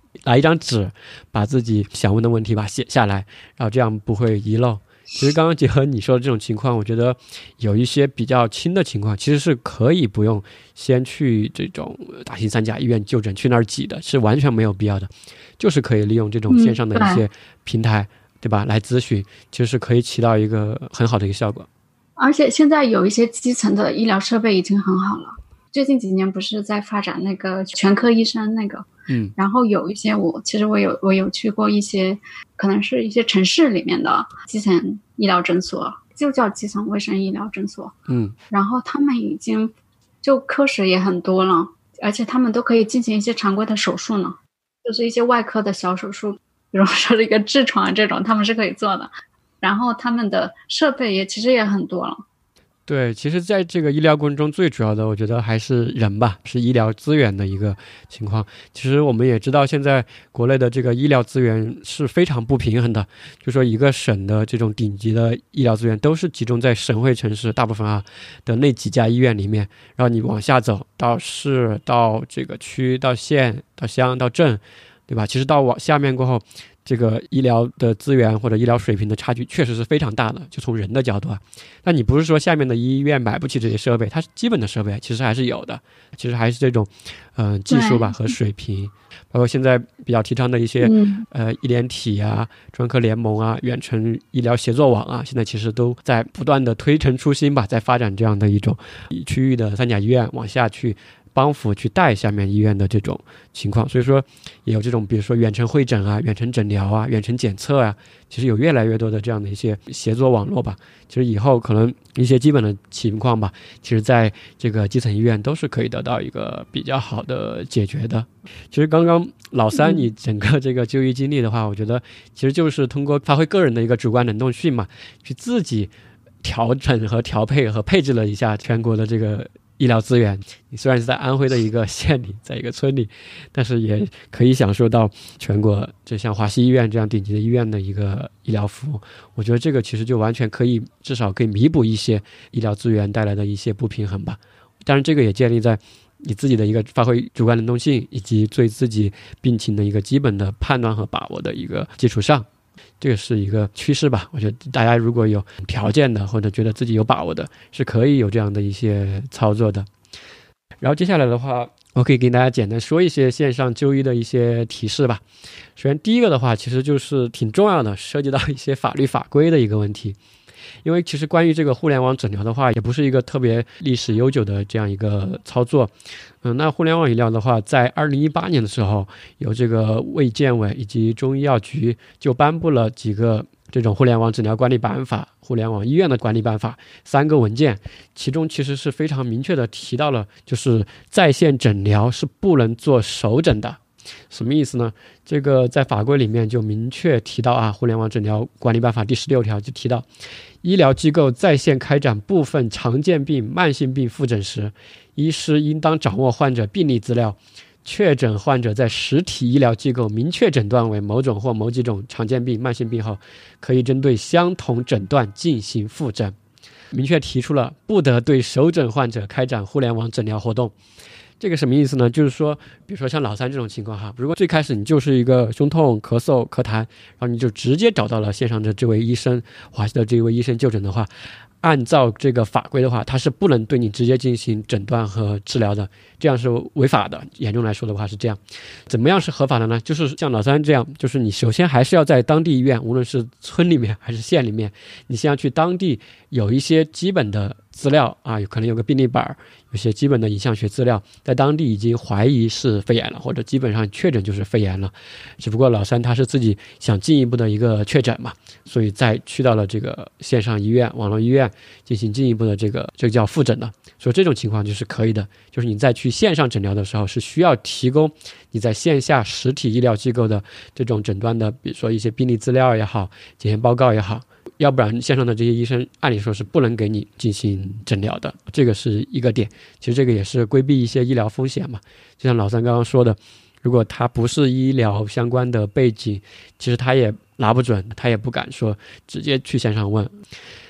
拿一张纸把自己想问的问题把它写下来，然后这样不会遗漏。其实刚刚结合你说的这种情况，我觉得有一些比较轻的情况其实是可以不用先去这种大型三甲医院就诊去那儿挤的，是完全没有必要的，就是可以利用这种线上的一些平台、嗯、对, 对吧来咨询，其实是可以起到一个很好的一个效果。 而且现在有一些基层的医疗设备已经很好了，最近几年不是在发展那个全科医生那个， 嗯， 然后有一些我其实我有我有去过一些可能是一些城市里面的基层医疗诊所，就叫基层卫生医疗诊所， 嗯， 然后他们已经就科室也很多了，而且他们都可以进行一些常规的手术呢，就是一些外科的小手术，比如说这个痔疮这种他们是可以做的，然后他们的设备也其实也很多了。 对，其实在这个医疗过程中最主要的我觉得还是人吧，是医疗资源的一个情况。其实我们也知道现在国内的这个医疗资源是非常不平衡的，就说一个省的这种顶级的医疗资源都是集中在省会城市大部分啊的那几家医院里面，然后你往下走到市到这个区到县到乡到镇，对吧，其实到往下面过后这个医疗的资源或者医疗水平的差距确实是非常大的，就从人的角度啊。那你不是说下面的医院买不起这些设备，它基本的设备其实还是有的，其实还是这种嗯、呃、技术吧和水平，包括现在比较提倡的一些、嗯、呃医联体啊、专科联盟啊、远程医疗协作网啊，现在其实都在不断的推陈出新吧，在发展这样的一种以区域的三甲医院往下去帮扶去带下面医院的这种情况。所以说也有这种比如说远程会诊啊、远程诊疗啊、远程检测啊，其实有越来越多的这样的一些协作网络吧。其实以后可能一些基本的情况吧，其实在这个基层医院都是可以得到一个比较好的解决的。其实刚刚老三你整个这个就医经历的话，我觉得其实就是通过发挥个人的一个主观能动性嘛，去自己调整和调配和配置了一下全国的这个医疗资源。你虽然是在安徽的一个县里，在一个村里，但是也可以享受到全国就像华西医院这样顶级的医院的一个医疗服务。我觉得这个其实就完全可以，至少可以弥补一些医疗资源带来的一些不平衡吧。当然这个也建立在你自己的一个发挥主观能动性以及对自己病情的一个基本的判断和把握的一个基础上，这个是一个趋势吧。我觉得大家如果有条件的或者觉得自己有把握的，是可以有这样的一些操作的。然后接下来的话，我可以给大家简单说一些线上就医的一些提示吧。首先第一个的话，其实就是挺重要的，涉及到一些法律法规的一个问题。因为其实关于这个互联网诊疗的话，也不是一个特别历史悠久的这样一个操作。嗯，那互联网医疗的话，在二零一八年的时候，有这个卫健委以及中医药局就颁布了几个这种互联网诊疗管理办法、互联网医院的管理办法三个文件，其中其实是非常明确的提到了，就是在线诊疗是不能做手诊的。什么意思呢？这个在法规里面就明确提到啊，互联网诊疗管理办法第十六条就提到，医疗机构在线开展部分常见病、慢性病复诊时，医师应当掌握患者病历资料，确诊患者在实体医疗机构明确诊断为某种或某几种常见病、慢性病后，可以针对相同诊断进行复诊。明确提出了不得对手诊患者开展互联网诊疗活动。这个什么意思呢？就是说比如说像老三这种情况哈，如果最开始你就是一个胸痛、咳嗽、咳痰，然后你就直接找到了线上的这位医生，华西的这位医生就诊的话，按照这个法规的话，他是不能对你直接进行诊断和治疗的，这样是违法的。严重来说的话是这样。怎么样是合法的呢？就是像老三这样，就是你首先还是要在当地医院，无论是村里面还是县里面，你先要去当地有一些基本的资料啊，有可能有个病历本，有些基本的影像学资料，在当地已经怀疑是肺炎了，或者基本上确诊就是肺炎了。只不过老三他是自己想进一步的一个确诊嘛，所以再去到了这个线上医院、网络医院进行进一步的这个这个叫复诊的。所以这种情况就是可以的，就是你在去线上诊疗的时候，是需要提供你在线下实体医疗机构的这种诊断的，比如说一些病历资料也好、检验报告也好。要不然线上的这些医生按理说是不能给你进行诊疗的，这个是一个点。其实这个也是规避一些医疗风险嘛，就像老三刚刚说的，如果他不是医疗相关的背景，其实他也拿不准，他也不敢说直接去线上问。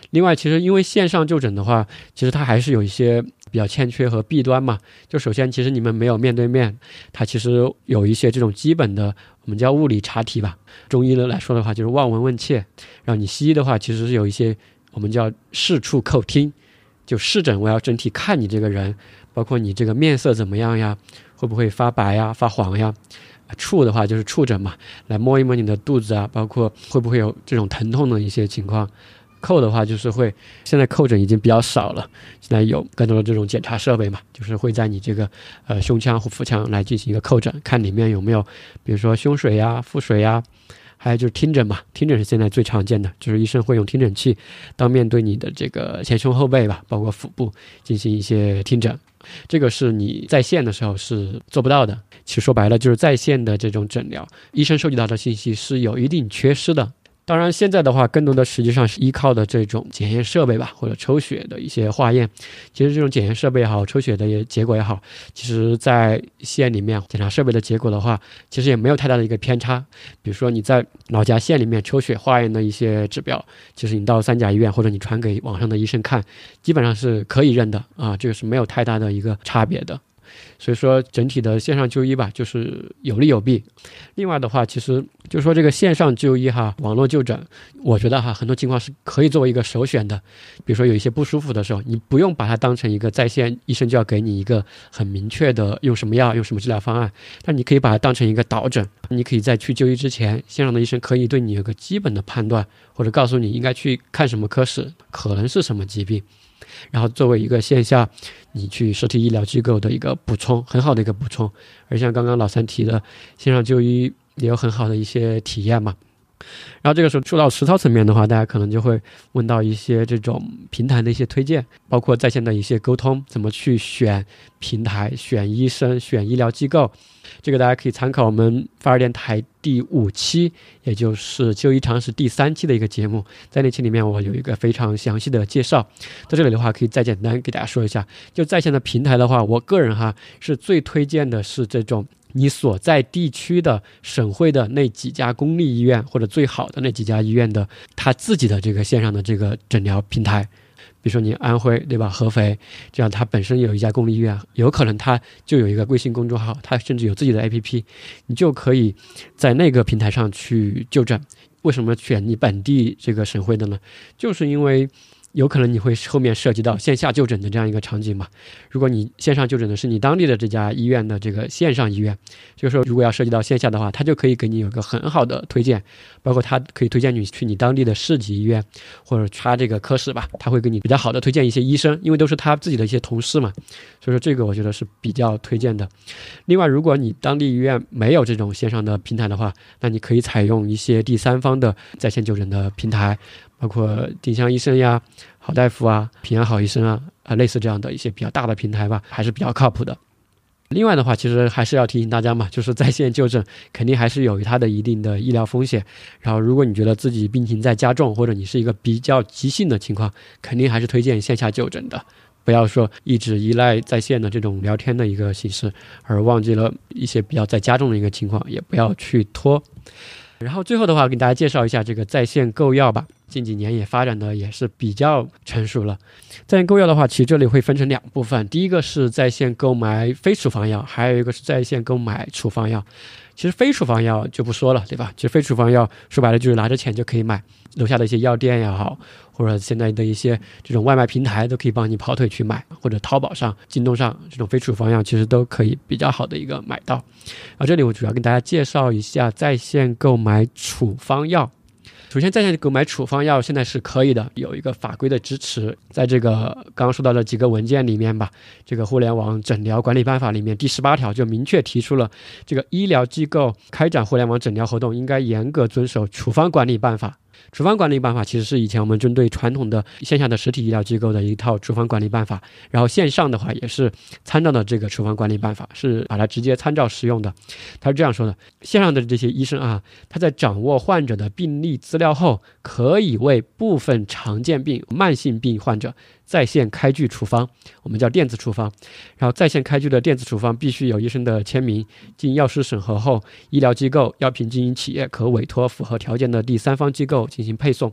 另外，其实因为线上就诊的话，其实它还是有一些比较欠缺和弊端嘛。就首先，其实你们没有面对面，它其实有一些这种基本的我们叫物理查体吧。中医的来说的话，就是望闻问切。然后你西医的话，其实是有一些我们叫视触叩听，就视诊我要整体看你这个人，包括你这个面色怎么样呀，会不会发白呀、发黄呀。触的话就是触诊嘛，来摸一摸你的肚子啊，包括会不会有这种疼痛的一些情况。叩的话就是会，现在叩诊已经比较少了，现在有更多的这种检查设备嘛，就是会在你这个呃胸腔或腹腔来进行一个叩诊，看里面有没有比如说胸水呀、腹水呀。还有就是听诊嘛，听诊是现在最常见的，就是医生会用听诊器当面对你的这个前胸后背吧，包括腹部进行一些听诊。这个是你在线的时候是做不到的。其实说白了就是在线的这种诊疗，医生收集到的信息是有一定缺失的。当然现在的话更多的实际上是依靠的这种检验设备吧，或者抽血的一些化验。其实这种检验设备也好，抽血的也结果也好，其实在县里面检查设备的结果的话，其实也没有太大的一个偏差。比如说你在老家县里面抽血化验的一些指标，其实你到三甲医院或者你传给网上的医生看，基本上是可以认的啊，这个是没有太大的一个差别的。所以说整体的线上就医吧，就是有利有弊。另外的话，其实就是说这个线上就医哈，网络就诊，我觉得哈很多情况是可以作为一个首选的。比如说有一些不舒服的时候，你不用把它当成一个在线医生就要给你一个很明确的用什么药、用什么治疗方案，但你可以把它当成一个导诊。你可以在去就医之前，线上的医生可以对你有个基本的判断，或者告诉你应该去看什么科室，可能是什么疾病。然后作为一个线下你去实体医疗机构的一个补充，很好的一个补充。而像刚刚老三提的，线上就医也有很好的一些体验嘛。然后这个时候说到实操层面的话，大家可能就会问到一些这种平台的一些推荐，包括在线的一些沟通，怎么去选平台、选医生、选医疗机构。这个大家可以参考我们发热电台第五期，也就是就医常识第三期的一个节目，在那期里面我有一个非常详细的介绍。在这里的话可以再简单给大家说一下，就在线的平台的话，我个人哈是最推荐的是这种你所在地区的省会的那几家公立医院，或者最好的那几家医院的他自己的这个线上的这个诊疗平台。比如说你安徽对吧，合肥这样，它本身有一家公立医院，有可能它就有一个微信公众号，它甚至有自己的 A P P， 你就可以在那个平台上去就诊。为什么选你本地这个省会的呢？就是因为有可能你会后面涉及到线下就诊的这样一个场景嘛。如果你线上就诊的是你当地的这家医院的这个线上医院，就是说如果要涉及到线下的话，他就可以给你有一个很好的推荐，包括他可以推荐你去你当地的市级医院，或者他这个科室吧，他会给你比较好的推荐一些医生，因为都是他自己的一些同事嘛。所以说这个我觉得是比较推荐的。另外如果你当地医院没有这种线上的平台的话，那你可以采用一些第三方的在线就诊的平台，包括丁香医生呀、好大夫啊、平安好医生啊，啊类似这样的一些比较大的平台吧，还是比较靠谱的。另外的话，其实还是要提醒大家嘛，就是在线就诊肯定还是有它的一定的医疗风险。然后如果你觉得自己病情在加重，或者你是一个比较急性的情况，肯定还是推荐线下就诊的。不要说一直依赖在线的这种聊天的一个形式，而忘记了一些比较在加重的一个情况，也不要去拖。然后最后的话，给大家介绍一下这个在线购药吧。近几年也发展的也是比较成熟了。在线购药的话，其实这里会分成两部分，第一个是在线购买非处方药，还有一个是在线购买处方药。其实非处方药就不说了，对吧？其实非处方药说白了就是拿着钱就可以买，楼下的一些药店也好，或者现在的一些这种外卖平台都可以帮你跑腿去买，或者淘宝上、京东上这种非处方药其实都可以比较好的一个买到。然后这里我主要跟大家介绍一下在线购买处方药。首先在线购买处方药现在是可以的，有一个法规的支持，在这个刚刚说到的几个文件里面吧，这个互联网诊疗管理办法里面第十八条就明确提出了，这个医疗机构开展互联网诊疗活动应该严格遵守处方管理办法。处方管理办法其实是以前我们针对传统的线下的实体医疗机构的一套处方管理办法，然后线上的话也是参照的这个处方管理办法，是把它直接参照使用的。他是这样说的，线上的这些医生啊，他在掌握患者的病历资料后，可以为部分常见病、慢性病患者在线开具处方，我们叫电子处方。然后在线开具的电子处方必须有医生的签名，经药师审核后，医疗机构、药品经营企业可委托符合条件的第三方机构进行配送。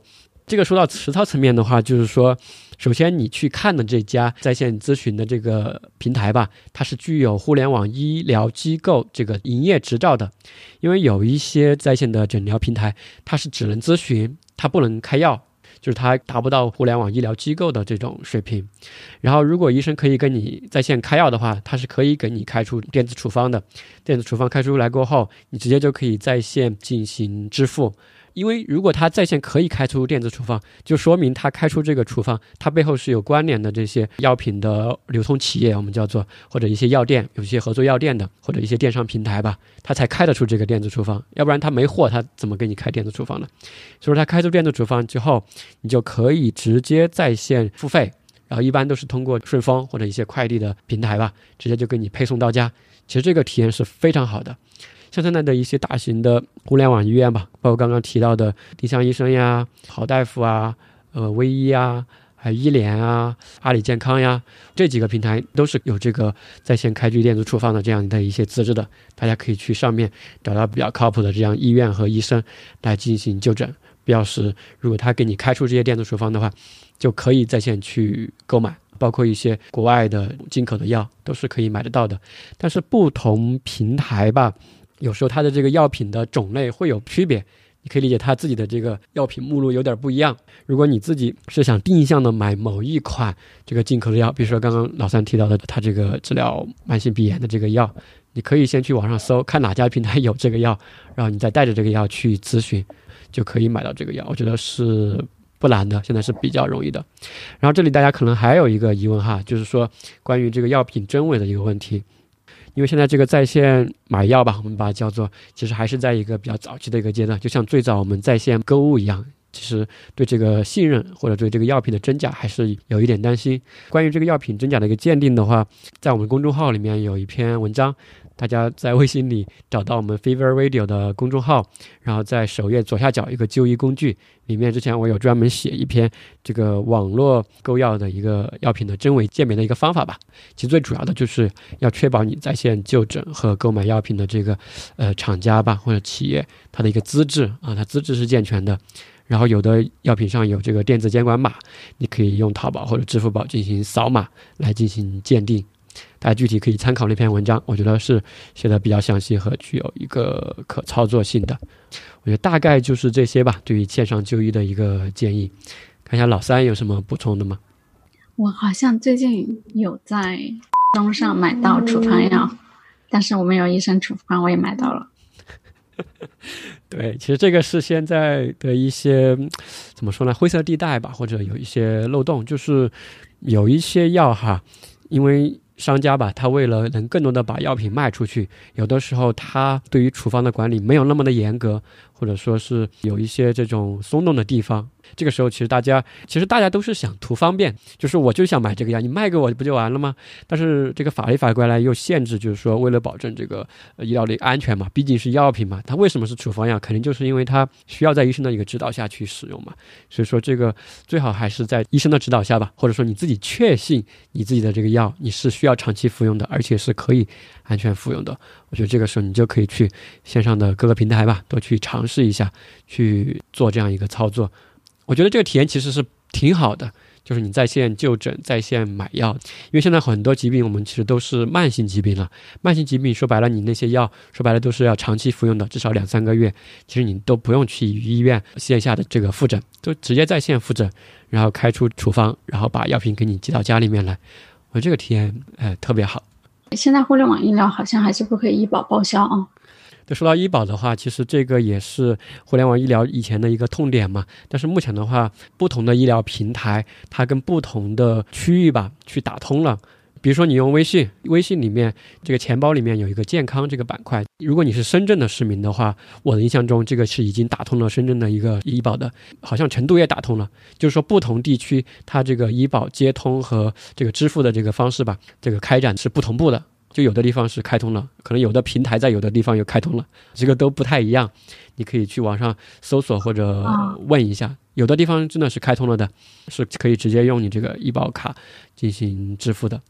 这个说到实操层面的话，就是说首先你去看的这家在线咨询的这个平台吧，它是具有互联网医疗机构这个营业执照的。因为有一些在线的诊疗平台它是只能咨询，它不能开药，就是它达不到互联网医疗机构的这种水平。然后如果医生可以跟你在线开药的话，它是可以给你开出电子处方的，电子处方开出来过后，你直接就可以在线进行支付。因为如果他在线可以开出电子处方，就说明他开出这个处方，他背后是有关联的这些药品的流通企业，我们叫做，或者一些药店，有一些合作药店的，或者一些电商平台吧，他才开得出这个电子处方，要不然他没货，他怎么给你开电子处方呢？所以说他开出电子处方之后，你就可以直接在线付费，然后一般都是通过顺丰或者一些快递的平台吧，直接就给你配送到家。其实这个体验是非常好的。像现在的一些大型的互联网医院吧，包括刚刚提到的丁香医生呀、好大夫啊、呃微医啊、还有医联啊、阿里健康呀，这几个平台都是有这个在线开具电子处方的这样的一些资质的，大家可以去上面找到比较靠谱的这样医院和医生来进行就诊。表示如果他给你开出这些电子处方的话，就可以在线去购买，包括一些国外的进口的药都是可以买得到的。但是不同平台吧，有时候它的这个药品的种类会有区别，你可以理解它自己的这个药品目录有点不一样。如果你自己是想定向的买某一款这个进口的药，比如说刚刚老三提到的它这个治疗慢性鼻炎的这个药，你可以先去网上搜看哪家平台有这个药，然后你再带着这个药去咨询，就可以买到这个药。我觉得是不难的，现在是比较容易的。然后这里大家可能还有一个疑问哈，就是说关于这个药品真伪的一个问题。因为现在这个在线买药吧，我们把它叫做，其实还是在一个比较早期的一个阶段，就像最早我们在线购物一样，其实对这个信任或者对这个药品的真假还是有一点担心。关于这个药品真假的一个鉴定的话，在我们公众号里面有一篇文章，大家在微信里找到我们 Fever Radio 的公众号，然后在首页左下角一个就医工具里面，之前我有专门写一篇这个网络购药的一个药品的真伪鉴别的一个方法吧。其实最主要的就是要确保你在线就诊和购买药品的这个呃厂家吧或者企业它的一个资质啊，它资质是健全的。然后有的药品上有这个电子监管码，你可以用淘宝或者支付宝进行扫码来进行鉴定。大家具体可以参考那篇文章，我觉得是写的比较详细和具有一个可操作性的。我觉得大概就是这些吧，对于线上就医的一个建议。看一下老三有什么补充的吗？ 我好像最近有在中上买到处方药，但是我没有医生处方，我也买到了。 对，其实这个是现在的一些怎么说呢，灰色地带吧，或者有一些漏洞，就是有一些药哈，因为商家吧，他为了能更多的把药品卖出去，有的时候他对于处方的管理没有那么的严格，或者说是有一些这种松动的地方。这个时候其实大家其实大家都是想图方便，就是我就想买这个药，你卖给我不就完了吗？但是这个法律法规来又限制，就是说为了保证这个医疗的安全嘛，毕竟是药品嘛，它为什么是处方药？肯定就是因为它需要在医生的一个指导下去使用嘛。所以说这个最好还是在医生的指导下吧，或者说你自己确信你自己的这个药你是需要长期服用的，而且是可以安全服用的。我觉得这个时候你就可以去线上的各个平台吧，多去尝试一下，去做这样一个操作。我觉得这个体验其实是挺好的，就是你在线就诊，在线买药。因为现在很多疾病我们其实都是慢性疾病了，慢性疾病说白了你那些药说白了都是要长期服用的，至少两三个月，其实你都不用去医院线下的这个复诊，就直接在线复诊，然后开出处方，然后把药品给你寄到家里面来。我觉得这个体验呃特别好。 现在互联网医疗好像还是不可以医保报销啊。 对，说到医保的话，其实这个也是互联网医疗以前的一个痛点嘛。但是目前的话，不同的医疗平台，它跟不同的区域吧去打通了。比如说你用微信，微信里面这个钱包里面有一个健康这个板块，如果你是深圳的市民的话，我的印象中这个是已经打通了深圳的一个医保的，好像成都也打通了。就是说不同地区它这个医保接通和这个支付的这个方式吧，这个开展是不同步的。就有的地方是开通了，可能有的平台在有的地方又开通了，这个都不太一样。你可以去网上搜索或者问一下，有的地方真的是开通了的，是可以直接用你这个医保卡进行支付的。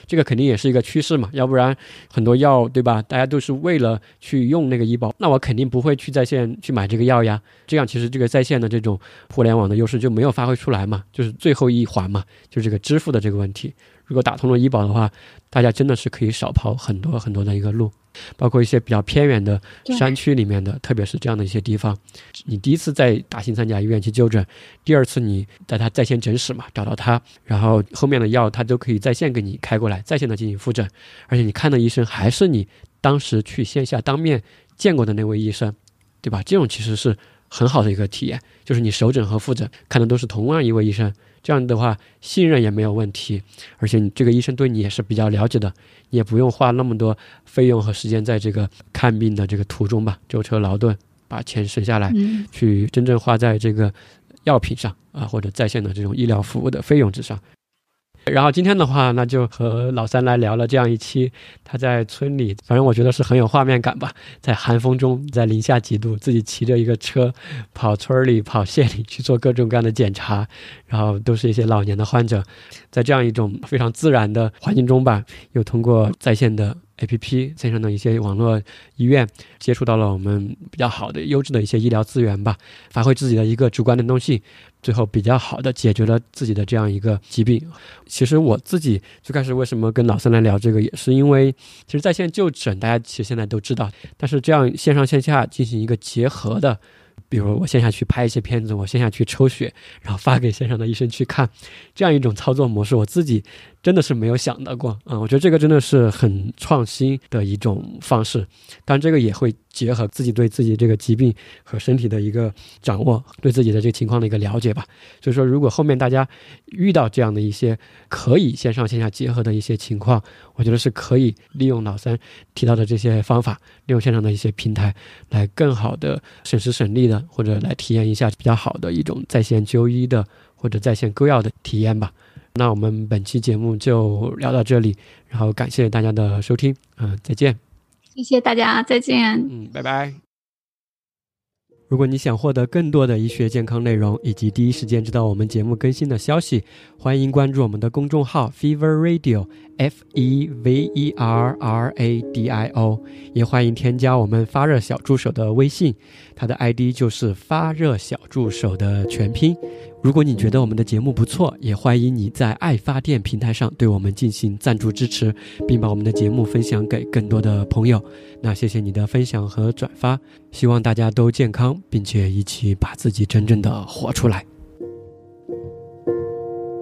这个肯定也是一个趋势嘛，要不然很多药对吧，大家都是为了去用那个医保，那我肯定不会去在线去买这个药呀，这样其实这个在线的这种互联网的优势就没有发挥出来嘛，就是最后一环嘛，就是这个支付的这个问题。如果打通了医保的话，大家真的是可以少跑很多很多的一个路，包括一些比较偏远的山区里面的，特别是这样的一些地方，你第一次在大型三甲医院去就诊，第二次你在他在线诊室嘛找到他，然后后面的药他都可以在线给你开过来，在线的进行复诊，而且你看的医生还是你当时去线下当面见过的那位医生，对吧？这种其实是很好的一个体验，就是你首诊和复诊看的都是同样一位医生，这样的话信任也没有问题，而且你这个医生对你也是比较了解的，你也不用花那么多费用和时间在这个看病的这个途中吧，舟车劳顿，把钱省下来， 嗯， 去真正花在这个药品上啊，或者在线的这种医疗服务的费用之上。然后今天的话，那就和老三来聊了这样一期他在村里，反正我觉得是很有画面感吧，在寒风中，在零下几度，自己骑着一个车跑村里跑县里去做各种各样的检查，然后都是一些老年的患者，在这样一种非常自然的环境中吧，又通过在线的A P P 线上的一些网络医院接触到了我们比较好的优质的一些医疗资源吧，发挥自己的一个主观能动性，最后比较好的解决了自己的这样一个疾病。其实我自己最开始为什么跟老三来聊这个，也是因为其实在线就诊大家其实现在都知道，但是这样线上线下进行一个结合的，比如我线下去拍一些片子，我线下去抽血，然后发给线上的医生去看，这样一种操作模式我自己真的是没有想到过。嗯，我觉得这个真的是很创新的一种方式，当然这个也会结合自己对自己这个疾病和身体的一个掌握，对自己的这个情况的一个了解吧。所以说如果后面大家遇到这样的一些可以线上线下结合的一些情况，我觉得是可以利用老三提到的这些方法，利用线上的一些平台来更好的省时省力的，或者来体验一下比较好的一种在线就医的或者在线购药的体验吧。那我们本期节目就聊到这里，然后感谢大家的收听，嗯、呃，再见。 谢谢大家，再见。 嗯，拜拜。如果你想获得更多的医学健康内容，以及第一时间知道我们节目更新的消息，欢迎关注我们的公众号 Fever Radio F E V E R R A D I O， 也欢迎添加我们发热小助手的微信，他的 I D 就是发热小助手的全拼。如果你觉得我们的节目不错，也欢迎你在爱发电平台上对我们进行赞助支持，并把我们的节目分享给更多的朋友。那谢谢你的分享和转发，希望大家都健康，并且一起把自己真正的活出来。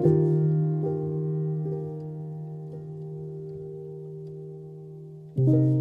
嗯。